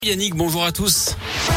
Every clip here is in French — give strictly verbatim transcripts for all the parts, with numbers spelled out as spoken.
Yannick, bonjour à tous.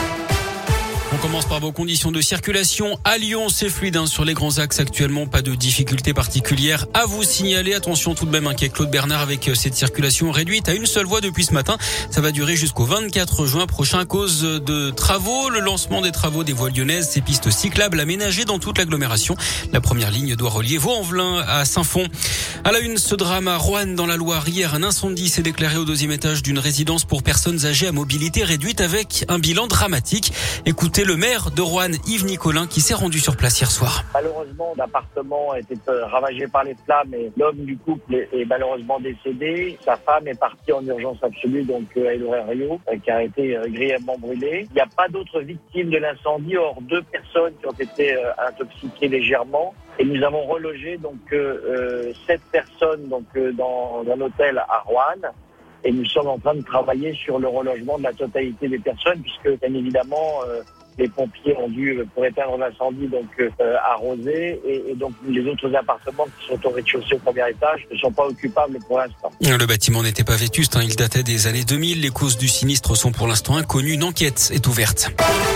On commence par vos conditions de circulation. À Lyon, c'est fluide hein, sur les grands axes actuellement. Pas de difficultés particulières à vous signaler. Attention tout de même, inquiet Claude Bernard avec cette circulation réduite à une seule voie depuis ce matin. Ça va durer jusqu'au vingt-quatre juin prochain à cause de travaux. Le lancement des travaux des voies lyonnaises, ces pistes cyclables aménagées dans toute l'agglomération. La première ligne doit relier Vaux-en-Velin à Saint-Fond. À la une, ce drame à Roanne dans la Loire. Hier, un incendie s'est déclaré au deuxième étage d'une résidence pour personnes âgées à mobilité réduite avec un bilan dramatique. Écoutez le maire de Roanne, Yves Nicolin, qui s'est rendu sur place hier soir. Malheureusement, l'appartement a été ravagé par les flammes et l'homme du couple est malheureusement décédé. Sa femme est partie en urgence absolue, donc à Rio, qui a été grièvement brûlée. Il n'y a pas d'autres victimes de l'incendie, hors deux personnes qui ont été intoxiquées légèrement. Et nous avons relogé donc euh, sept personnes donc euh, dans un hôtel à Roanne. Et nous sommes en train de travailler sur le relogement de la totalité des personnes, puisque bien évidemment euh, les pompiers ont dû, pour éteindre l'incendie, donc euh, arroser. Et, et donc les autres appartements qui sont au rez-de-chaussée au premier étage ne sont pas occupables pour l'instant. Le bâtiment n'était pas vétuste, hein, il datait des années deux mille. Les causes du sinistre sont pour l'instant inconnues. Une enquête est ouverte.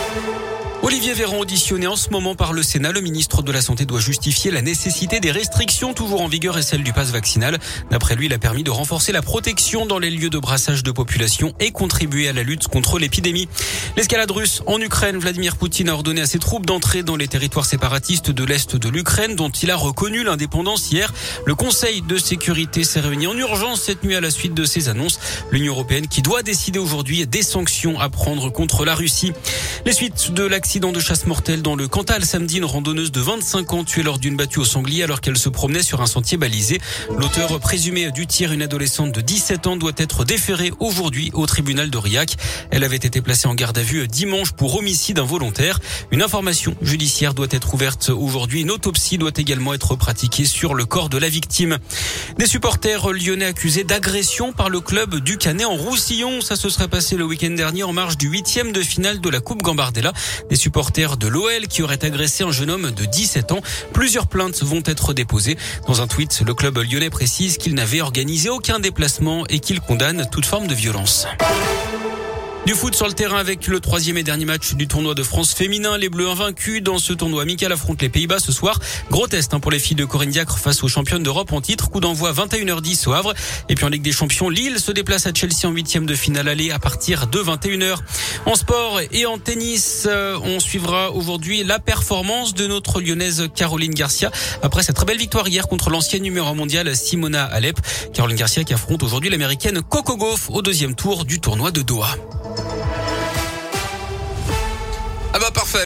Olivier Véran auditionné en ce moment par le Sénat. Le ministre de la Santé doit justifier la nécessité des restrictions toujours en vigueur et celle du pass vaccinal. D'après lui, il a permis de renforcer la protection dans les lieux de brassage de population et contribuer à la lutte contre l'épidémie. L'escalade russe en Ukraine. Vladimir Poutine a ordonné à ses troupes d'entrer dans les territoires séparatistes de l'Est de l'Ukraine dont il a reconnu l'indépendance hier. Le Conseil de sécurité s'est réuni en urgence cette nuit à la suite de ces annonces. L'Union européenne qui doit décider aujourd'hui des sanctions à prendre contre la Russie. Les suites de l'accident Accident de chasse mortelle dans le Cantal samedi, une randonneuse de vingt-cinq ans tuée lors d'une battue au sanglier alors qu'elle se promenait sur un sentier balisé. L'auteur présumé du tir, une adolescente de dix-sept ans, doit être déférée aujourd'hui au tribunal d'Aurillac. Elle avait été placée en garde à vue dimanche pour homicide involontaire. Une information judiciaire doit être ouverte aujourd'hui. Une autopsie doit également être pratiquée sur le corps de la victime. Des supporters lyonnais accusés d'agression par le club du Canet en Roussillon. Ça se serait passé le week-end dernier en marge du huitième de finale de la Coupe Gambardella. Des supporters de l'O L qui auraient agressé un jeune homme de dix-sept ans. Plusieurs plaintes vont être déposées. Dans un tweet, le club lyonnais précise qu'il n'avait organisé aucun déplacement et qu'il condamne toute forme de violence. Du foot sur le terrain avec le troisième et dernier match du tournoi de France féminin. Les Bleus invaincus dans ce tournoi amical affrontent les Pays-Bas ce soir. Gros test hein, pour les filles de Corinne Diacre face aux championnes d'Europe en titre. Coup d'envoi vingt et une heures dix au Havre. Et puis en Ligue des Champions, Lille se déplace à Chelsea en huitième de finale aller à partir de vingt et une heures. En sport et en tennis, euh, on suivra aujourd'hui la performance de notre lyonnaise Caroline Garcia après sa très belle victoire hier contre l'ancienne numéro un mondiale Simona Halep. Caroline Garcia qui affronte aujourd'hui l'américaine Coco Gauff au deuxième tour du tournoi de Doha. Ah bah parfait.